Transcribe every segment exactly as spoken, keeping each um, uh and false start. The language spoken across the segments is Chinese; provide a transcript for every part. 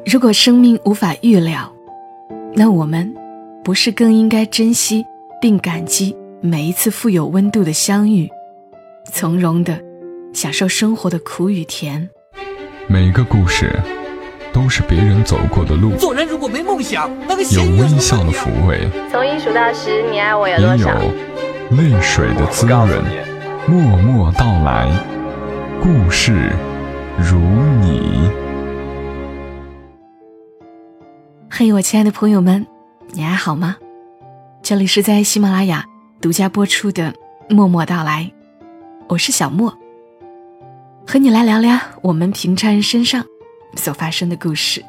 如果生命无法预料，那我们不是更应该珍惜并感激每一次富有温度的相遇，从容地享受生活的苦与甜。 每个故事都是别人走过的路， 做人如果没梦想，那个有微笑的抚慰， 从一数到十，你爱我有多少？ 也有泪水的滋润。默默到来，故事如你。 嘿，我亲爱的朋友们，你还好吗？这里是在喜马拉雅独家播出的默默到来，我是小莫，和你来聊聊我们平常人身上所发生的故事。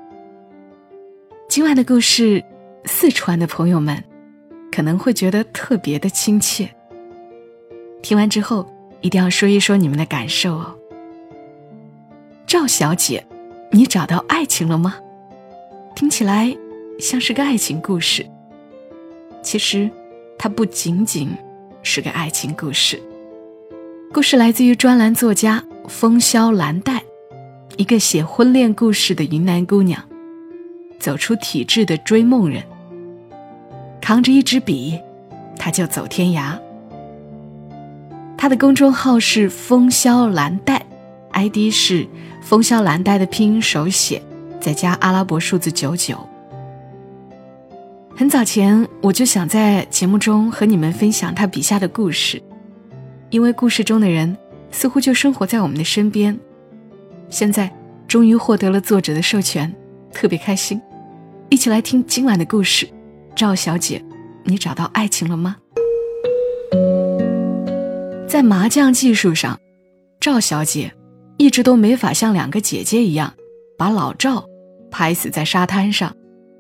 今晚的故事，四川的朋友们可能会觉得特别的亲切，听完之后一定要说一说你们的感受哦。赵小姐，你找到爱情了吗？听起来像是个爱情故事，其实它不仅仅是个爱情故事。故事来自于专栏作家风萧蓝带，一个写婚恋故事的云南姑娘，走出体制的追梦人，扛着一支笔，她就走天涯。她的公众号是风萧蓝带， I D 是风萧蓝带的拼音手写再加阿拉伯数字九九。很早前我就想在节目中和你们分享他笔下的故事，因为故事中的人似乎就生活在我们的身边。现在终于获得了作者的授权，特别开心。一起来听今晚的故事。赵小姐，你找到爱情了吗？在麻将技术上，赵小姐一直都没法像两个姐姐一样把老赵拍死在沙滩上。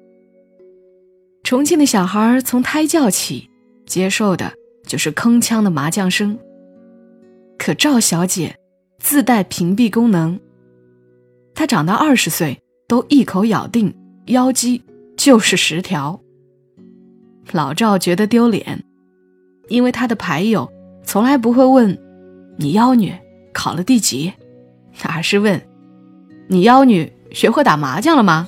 重庆的小孩从胎教起接受的就是铿锵的麻将声，可赵小姐自带屏蔽功能，她长到二十岁都一口咬定腰肌就是十条。老赵觉得丢脸，因为他的牌友从来不会问你妖女考了第几，而是问你妖女学会打麻将了吗？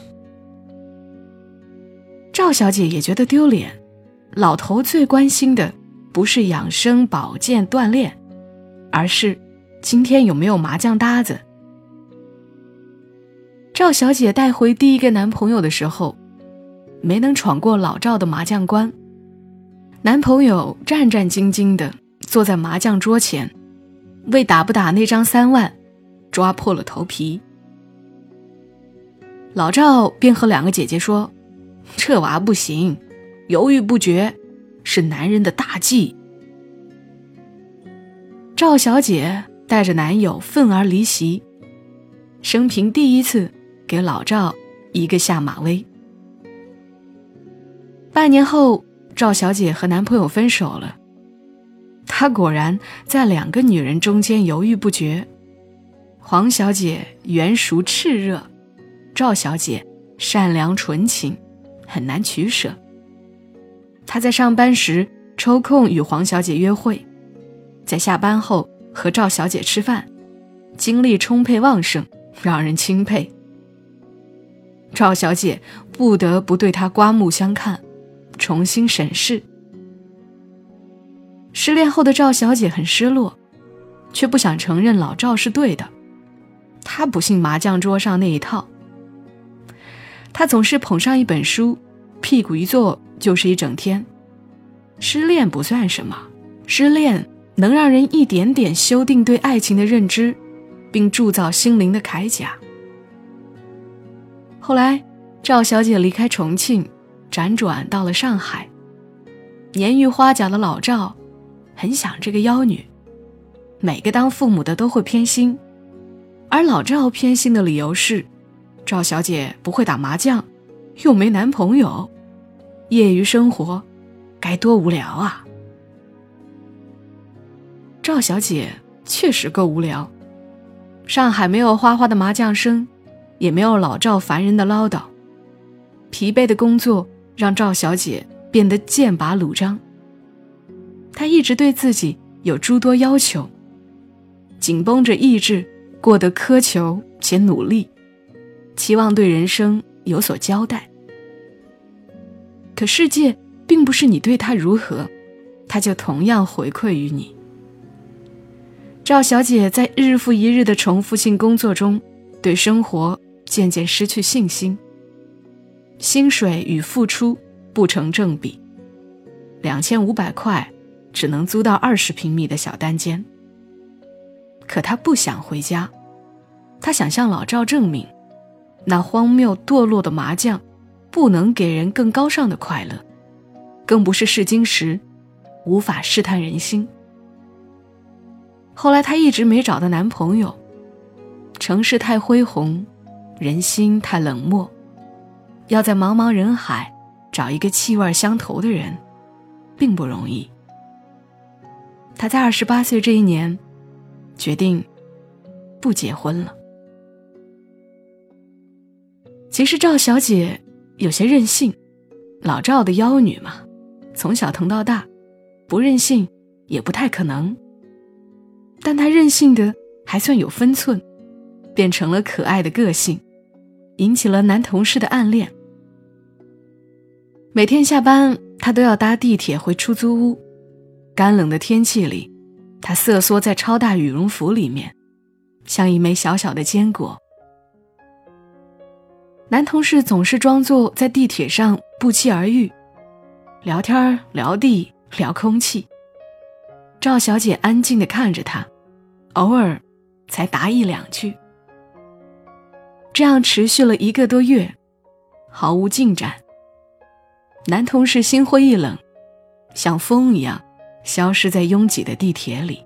赵小姐也觉得丢脸，老头最关心的不是养生保健锻炼，而是今天有没有麻将搭子。赵小姐带回第一个男朋友的时候，没能闯过老赵的麻将关，男朋友战战兢兢地坐在麻将桌前，为打不打那张三万抓破了头皮。老赵便和两个姐姐说，这娃不行，犹豫不决是男人的大忌。赵小姐带着男友愤而离席，生平第一次给老赵一个下马威。半年后，赵小姐和男朋友分手了，她果然在两个女人中间犹豫不决。黄小姐圆熟炽热，赵小姐善良纯情，很难取舍。她在上班时抽空与黄小姐约会，在下班后和赵小姐吃饭，精力充沛旺盛，让人钦佩。赵小姐不得不对她刮目相看，重新审视。失恋后的赵小姐很失落，却不想承认老赵是对的。她不信麻将桌上那一套，她总是捧上一本书，屁股一坐就是一整天。失恋不算什么，失恋能让人一点点修订对爱情的认知，并铸造心灵的铠甲。后来赵小姐离开重庆，辗转到了上海。年逾花甲的老赵很想这个妖女，每个当父母的都会偏心，而老赵偏心的理由是赵小姐不会打麻将，又没男朋友，业余生活该多无聊啊。赵小姐确实够无聊，上海没有哗哗的麻将声，也没有老赵烦人的唠叨，疲惫的工作让赵小姐变得剑拔弩张。她一直对自己有诸多要求，紧绷着意志，过得苛求且努力。 期望对人生有所交代。可世界并不是你对他如何，他就同样回馈于你。赵小姐在日复一日的重复性工作中，对生活渐渐失去信心，薪水与付出不成正比，两千五百块只能租到二十平米的小单间。可她不想回家，她想向老赵证明，那荒谬堕落的麻将不能给人更高尚的快乐，更不是试金石，无法试探人心。后来她一直没找到男朋友，城市太恢宏，人心太冷漠，要在茫茫人海找一个气味相投的人并不容易。她在二十八岁这一年决定不结婚了。其实赵小姐有些任性，老赵的妖女嘛，从小疼到大，不任性也不太可能。但她任性的还算有分寸，变成了可爱的个性，引起了男同事的暗恋。每天下班她都要搭地铁回出租屋，干冷的天气里，她瑟缩在超大羽绒服里面，像一枚小小的坚果。男同事总是装作在地铁上不期而遇，聊天聊地聊空气。赵小姐安静地看着他，偶尔才答一两句。这样持续了一个多月，毫无进展。男同事心灰意冷，像风一样消失在拥挤的地铁里。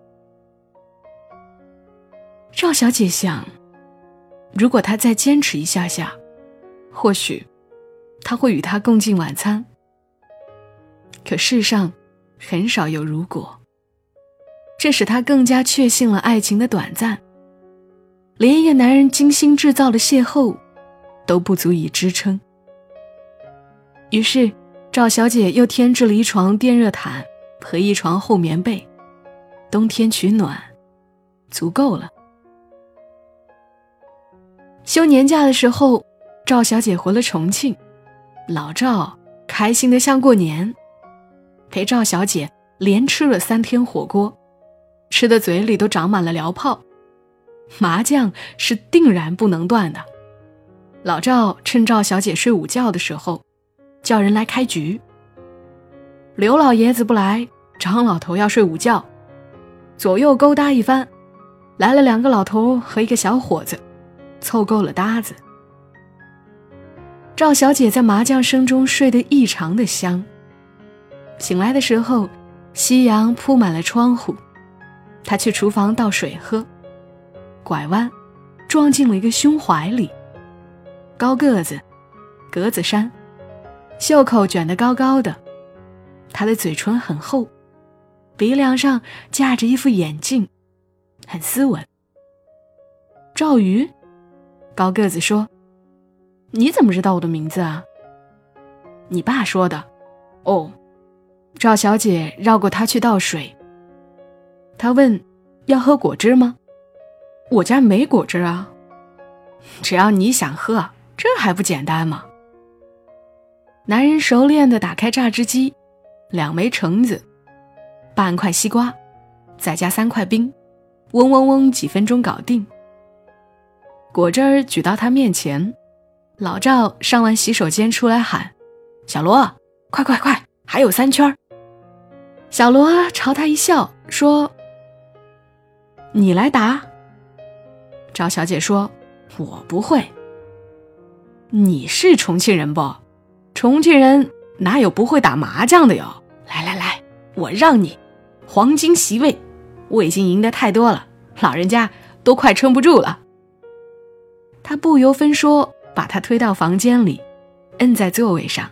赵小姐想，如果他再坚持一下下，或许他会与他共进晚餐。可世上很少有如果，这使他更加确信了爱情的短暂，连一个男人精心制造的邂逅都不足以支撑。于是赵小姐又添置了一床电热毯和一床厚棉被，冬天取暖足够了。休年假的时候，赵小姐回了重庆，老赵开心得像过年，陪赵小姐连吃了三天火锅，吃的嘴里都长满了燎泡。麻将是定然不能断的。老赵趁赵小姐睡午觉的时候，叫人来开局。刘老爷子不来，张老头要睡午觉，左右勾搭一番，来了两个老头和一个小伙子，凑够了搭子。赵小姐在麻将声中睡得异常的香，醒来的时候，夕阳铺满了窗户，她去厨房倒水喝，拐弯撞进了一个胸怀里，高个子，格子衫，袖口卷得高高的，她的嘴唇很厚，鼻梁上架着一副眼镜，很斯文。赵瑜，高个子说，你怎么知道我的名字啊？你爸说的。哦，赵小姐绕过他去倒水。他问，要喝果汁吗？我家没果汁啊。只要你想喝，这还不简单吗？男人熟练地打开榨汁机，两枚橙子，半块西瓜，再加三块冰，嗡嗡嗡，几分钟搞定。果汁儿举到他面前，老赵上完洗手间出来喊，小罗，快快快，还有三圈。小罗朝他一笑说，你来打。赵小姐说，我不会。你是重庆人不？重庆人哪有不会打麻将的哟？来来来，我让你黄金席位，我已经赢得太多了，老人家都快撑不住了。他不由分说把他推到房间里，摁在座位上。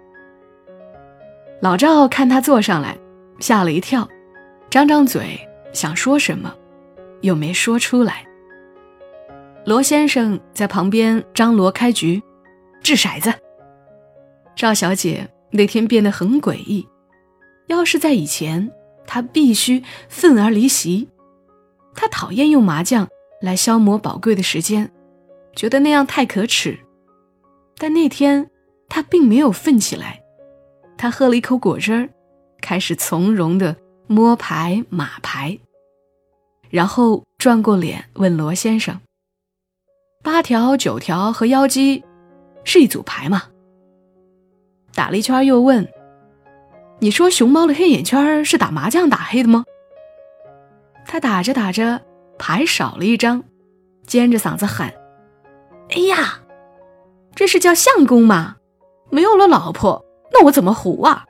老赵看他坐上来，吓了一跳，张张嘴想说什么，又没说出来。罗先生在旁边张罗开局，掷骰子。赵小姐那天变得很诡异，要是在以前，她必须愤而离席。她讨厌用麻将来消磨宝贵的时间， 觉得那样太可耻。但那天他并没有愤起来，他喝了一口果汁儿，开始从容地摸牌码牌，然后转过脸问罗先生，八条九条和妖姬是一组牌吗？打了一圈又问，你说熊猫的黑眼圈是打麻将打黑的吗？他打着打着牌少了一张，尖着嗓子喊，哎呀，这是叫相公吗？没有了老婆，那我怎么胡啊？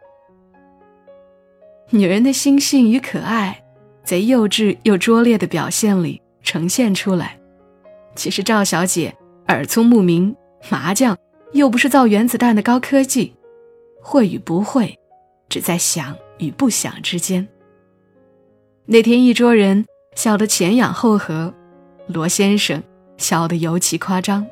女人的心性与可爱在幼稚又拙劣的表现里呈现出来。其实赵小姐耳聪目明，麻将又不是造原子弹的高科技，会与不会只在想与不想之间。那天一桌人笑得前仰后合，罗先生笑得尤其夸张。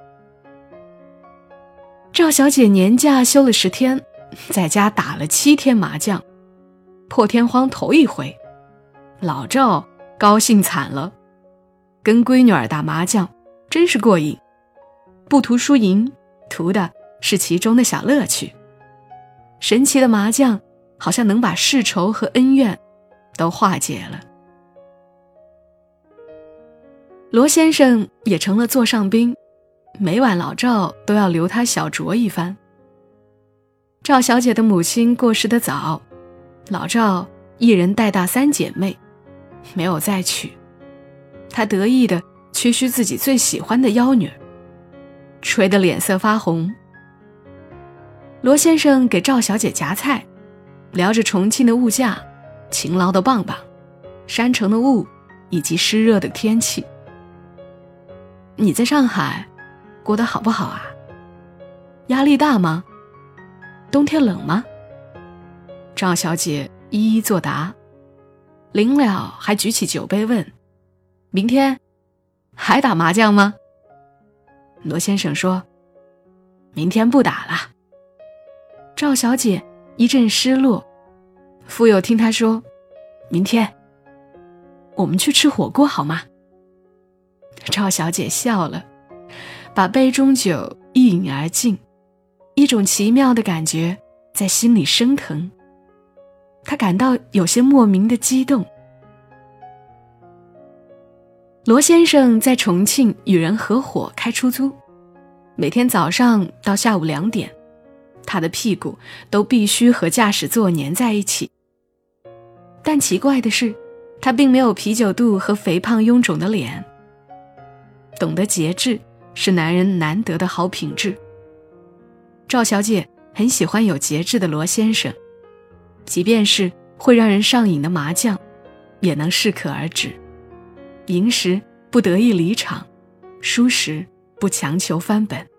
赵小姐年假休了十天，在家打了七天麻将，破天荒头一回，老赵高兴惨了，跟闺女儿打麻将真是过瘾，不图输赢，图的是其中的小乐趣。神奇的麻将好像能把世仇和恩怨都化解了。罗先生也成了座上宾，每晚老赵都要留他小酌一番。赵小姐的母亲过世得早，老赵一人带大三姐妹，没有再娶。他得意地屈须自己最喜欢的妖女，吹得脸色发红。罗先生给赵小姐夹菜，聊着重庆的物价、勤劳的棒棒、山城的雾以及湿热的天气。你在上海过得好不好啊？压力大吗？冬天冷吗？赵小姐一一作答，临了还举起酒杯问，明天还打麻将吗？罗先生说，明天不打了。赵小姐一阵失落，复又听他说，明天我们去吃火锅好吗？赵小姐笑了，把杯中酒一饮而尽，一种奇妙的感觉在心里升腾，她感到有些莫名的激动。罗先生在重庆与人合伙开出租，每天早上到下午两点，他的屁股都必须和驾驶座粘在一起。但奇怪的是，他并没有啤酒肚和肥胖臃肿的脸。懂得节制是男人难得的好品质。赵小姐很喜欢有节制的罗先生，即便是会让人上瘾的麻将，也能适可而止。赢时不得意离场，输时不强求翻本。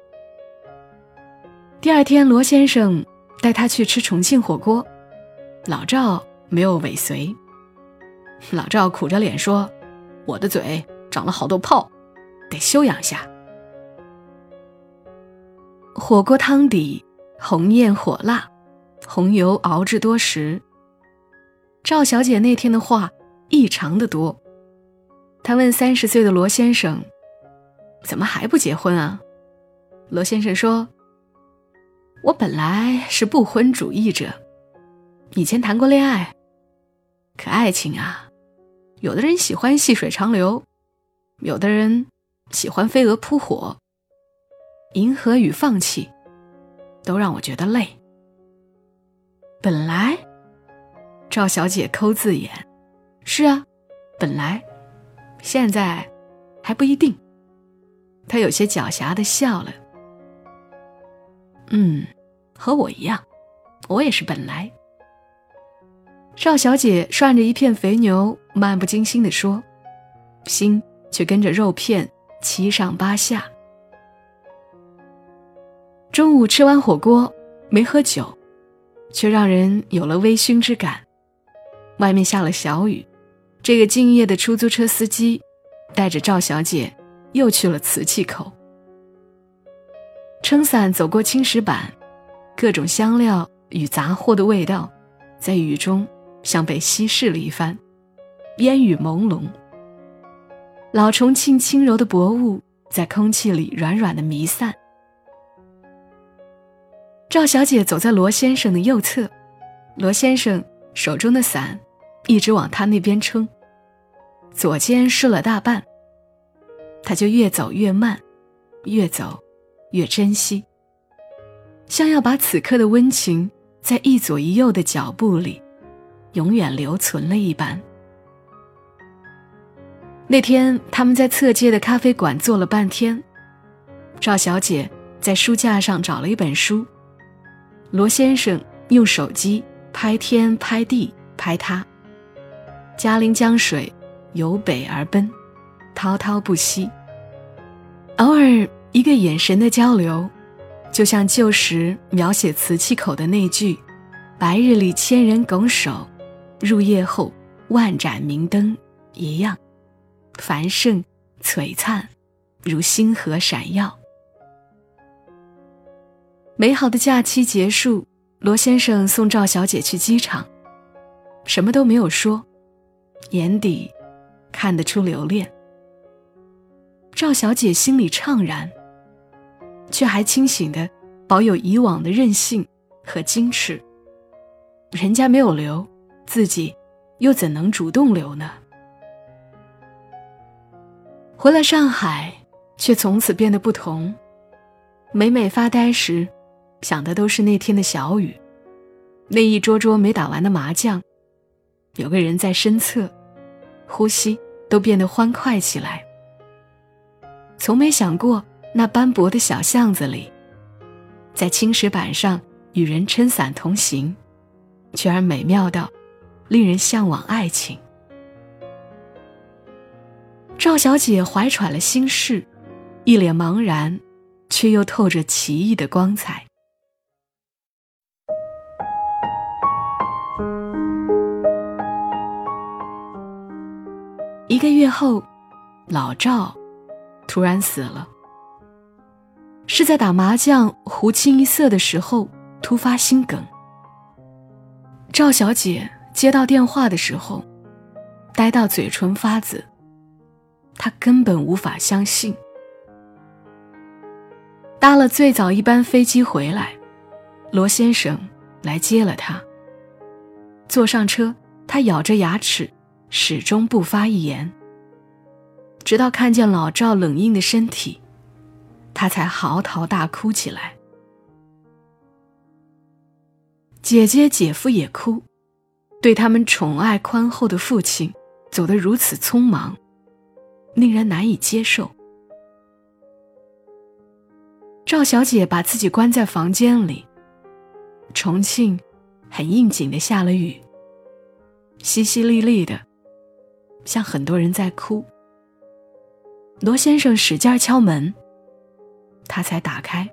第二天，罗先生带他去吃重庆火锅，老赵没有尾随。老赵苦着脸说，我的嘴长了好多泡，得休养下。火锅汤底红艳火辣，红油熬制多时。赵小姐那天的话异常的多。她问三十岁的罗先生，怎么还不结婚啊？罗先生说，我本来是不婚主义者，以前谈过恋爱，可爱情啊，有的人喜欢细水长流，有的人喜欢飞蛾扑火，迎合与放弃都让我觉得累。本来？赵小姐抠字眼，是啊，本来，现在还不一定。她有些狡黠地笑了。嗯，和我一样，我也是本来。赵小姐涮着一片肥牛，漫不经心地说，心却跟着肉片七上八下。中午吃完火锅，没喝酒，却让人有了微醺之感。外面下了小雨，这个敬业的出租车司机带着赵小姐又去了瓷器口。撑伞走过青石板，各种香料与杂货的味道在雨中像被稀释了一番，烟雨朦胧。老重庆轻柔的薄雾在空气里软软的弥散。赵小姐走在罗先生的右侧，罗先生手中的伞一直往她那边撑，左肩湿了大半，她就越走越慢，越走越珍惜，像要把此刻的温情在一左一右的脚步里永远留存了一般。那天他们在侧街的咖啡馆坐了半天，赵小姐在书架上找了一本书，罗先生用手机拍天拍地拍他，嘉陵江水由北而奔，滔滔不息。偶尔一个眼神的交流，就像旧时描写瓷器口的那句白日里千人拱手，入夜后万盏明灯一样，繁盛璀璨，如星河闪耀。美好的假期结束，罗先生送赵小姐去机场，什么都没有说，眼底看得出留恋。赵小姐心里怅然，却还清醒地保有以往的任性和矜持。人家没有留，自己又怎能主动留呢？回了上海，却从此变得不同。每每发呆时，想的都是那天的小雨，那一桌桌没打完的麻将，有个人在身侧，呼吸都变得欢快起来。从没想过那斑驳的小巷子里，在青石板上与人撑伞同行，却而美妙到令人向往爱情。赵小姐怀揣了心事，一脸茫然，却又透着奇异的光彩。一个月后，老赵突然死了，是在打麻将胡清一色的时候突发心梗。赵小姐接到电话的时候，呆到嘴唇发紫，她根本无法相信。搭了最早一班飞机回来，罗先生来接了她。坐上车，她咬着牙齿，始终不发一言，直到看见老赵冷硬的身体，她才嚎啕大哭起来。姐姐姐夫也哭，对他们宠爱宽厚的父亲走得如此匆忙，令人难以接受。赵小姐把自己关在房间里，重庆很应景地下了雨，淅淅沥沥的，像很多人在哭。罗先生使劲敲门，他才打开。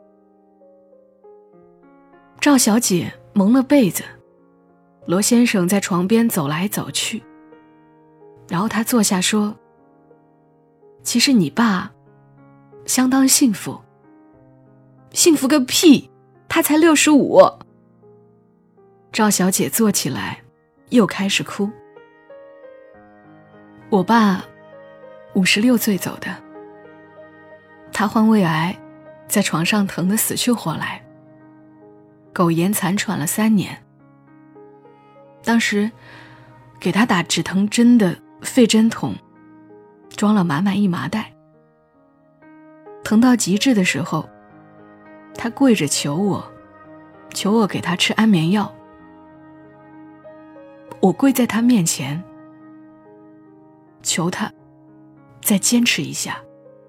赵小姐蒙了被子，罗先生在床边走来走去，然后他坐下说：“其实你爸相当幸福。”“幸福个屁，他才六十五。”赵小姐坐起来，又开始哭。“我爸五十六岁走的，他患胃癌，在床上疼得死去活来，苟延残喘了三年。当时给他打止疼针的肺针筒装了满满一麻袋，疼到极致的时候，他跪着求我，求我给他吃安眠药。我跪在他面前，求他再坚持一下。”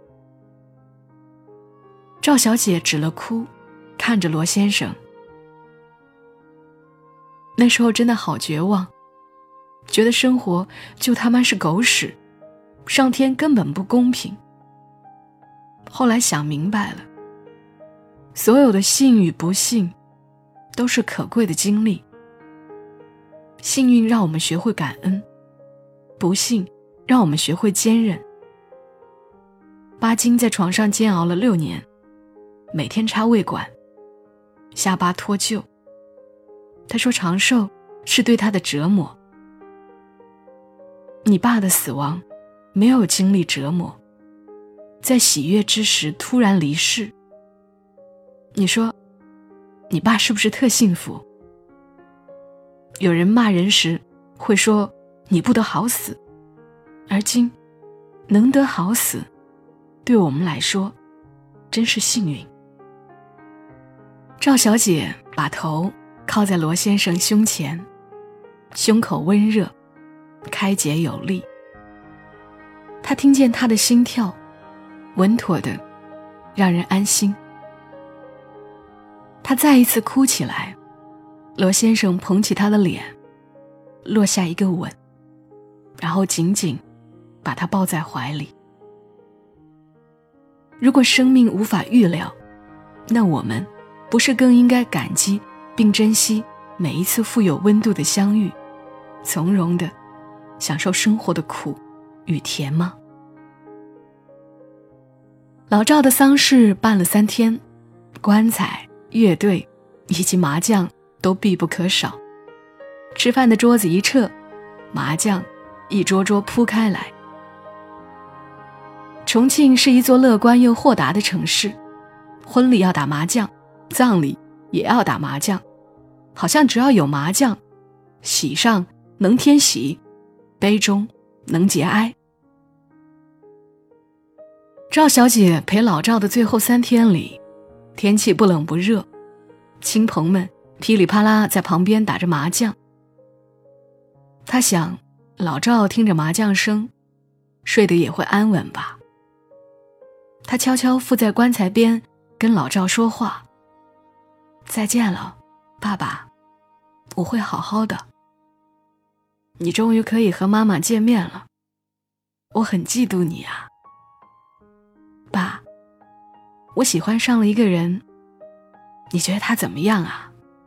赵小姐止了哭，看着罗先生。那时候真的好绝望，觉得生活就他妈是狗屎，上天根本不公平。后来想明白了，所有的幸与不幸都是可贵的经历。幸运让我们学会感恩，不幸让我们学会坚韧。巴金在床上煎熬了六年，每天插胃管，下巴脱臼。他说长寿是对他的折磨。你爸的死亡没有经历折磨， 在喜悦之时突然离世，你说你爸是不是特幸福？有人骂人时会说你不得好死，而今能得好死，对我们来说真是幸运。赵小姐把头靠在罗先生胸前，胸口温热，开解有力。她听见他的心跳，稳妥的让人安心。她再一次哭起来，罗先生捧起她的脸，落下一个吻，然后紧紧把她抱在怀里。如果生命无法预料，那我们不是更应该感激并珍惜每一次富有温度的相遇，从容地享受生活的苦与甜吗？老赵的丧事办了三天，棺材、乐队以及麻将都必不可少。吃饭的桌子一撤，麻将一桌桌铺开来。重庆是一座乐观又豁达的城市，婚礼要打麻将，葬礼也要打麻将，好像只要有麻将，喜上能添喜，悲中能节哀。赵小姐陪老赵的最后三天里，天气不冷不热，亲朋们噼里啪啦在旁边打着麻将。她想，老赵听着麻将声，睡得也会安稳吧。她悄悄附在棺材边，跟老赵说话：再见了，爸爸，我会好好的。你终于可以和妈妈见面了，我很嫉妒你啊。爸，我喜欢上了一个人，你觉得他怎么样啊？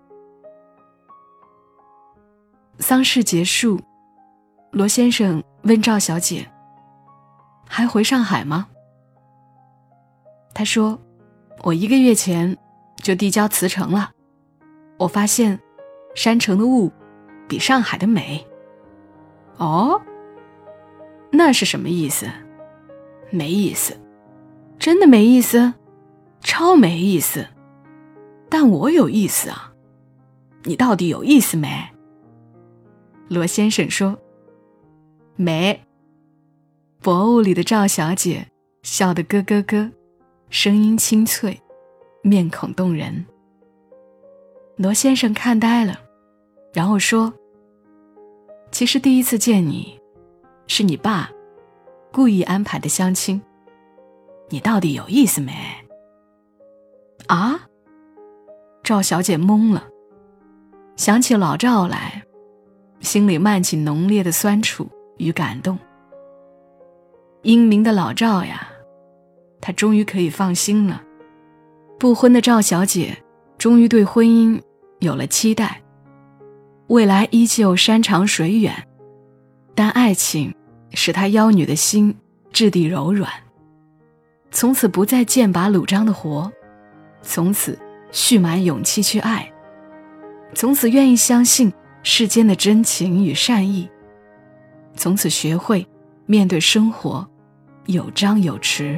丧事结束，罗先生问赵小姐：还回上海吗？他说：我一个月前就递交辞呈了，我发现山城的雾比上海的美。哦，那是什么意思？没意思。真的没意思？超没意思。但我有意思啊，你到底有意思没？罗先生说：没。薄雾里的赵小姐笑得咯咯咯，声音清脆，面孔动人。罗先生看呆了，然后说：其实第一次见你，是你爸故意安排的相亲，你到底有意思没？啊？赵小姐懵了，想起老赵来，心里漫起浓烈的酸楚与感动。英明的老赵呀，她终于可以放心了。不婚的赵小姐终于对婚姻有了期待，未来依旧山长水远，但爱情使她妖女的心质地柔软，从此不再剑拔弩张的活，从此蓄满勇气去爱，从此愿意相信世间的真情与善意，从此学会面对生活有张有弛。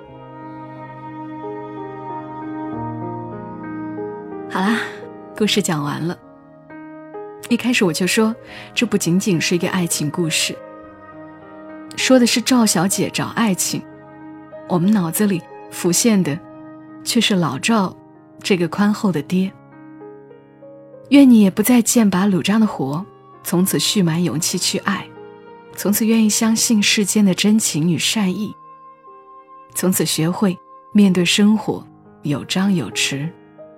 好啦，故事讲完了。一开始我就说，这不仅仅是一个爱情故事，说的是赵小姐找爱情，我们脑子里浮现的却是老赵这个宽厚的爹。愿你也不再剑拔弩张的活，从此蓄满勇气去爱，从此愿意相信世间的真情与善意，从此学会面对生活有张有弛。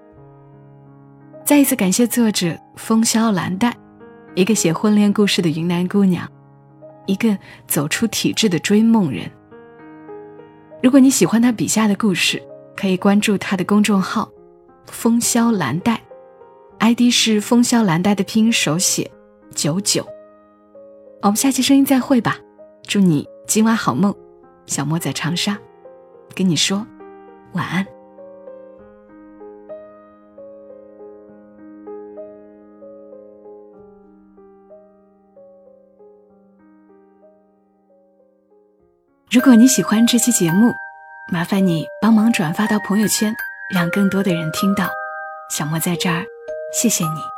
再一次感谢作者风萧兰黛，一个写婚恋故事的云南姑娘，一个走出体制的追梦人。如果你喜欢她笔下的故事，可以关注她的公众号风萧兰黛， I D 是风萧兰黛的拼音手写九九。我们下期声音再会吧，祝你今晚好梦。小莫在长沙跟你说晚安。如果你喜欢这期节目， 麻烦你帮忙转发到朋友圈，让更多的人听到。小莫在这儿，谢谢你。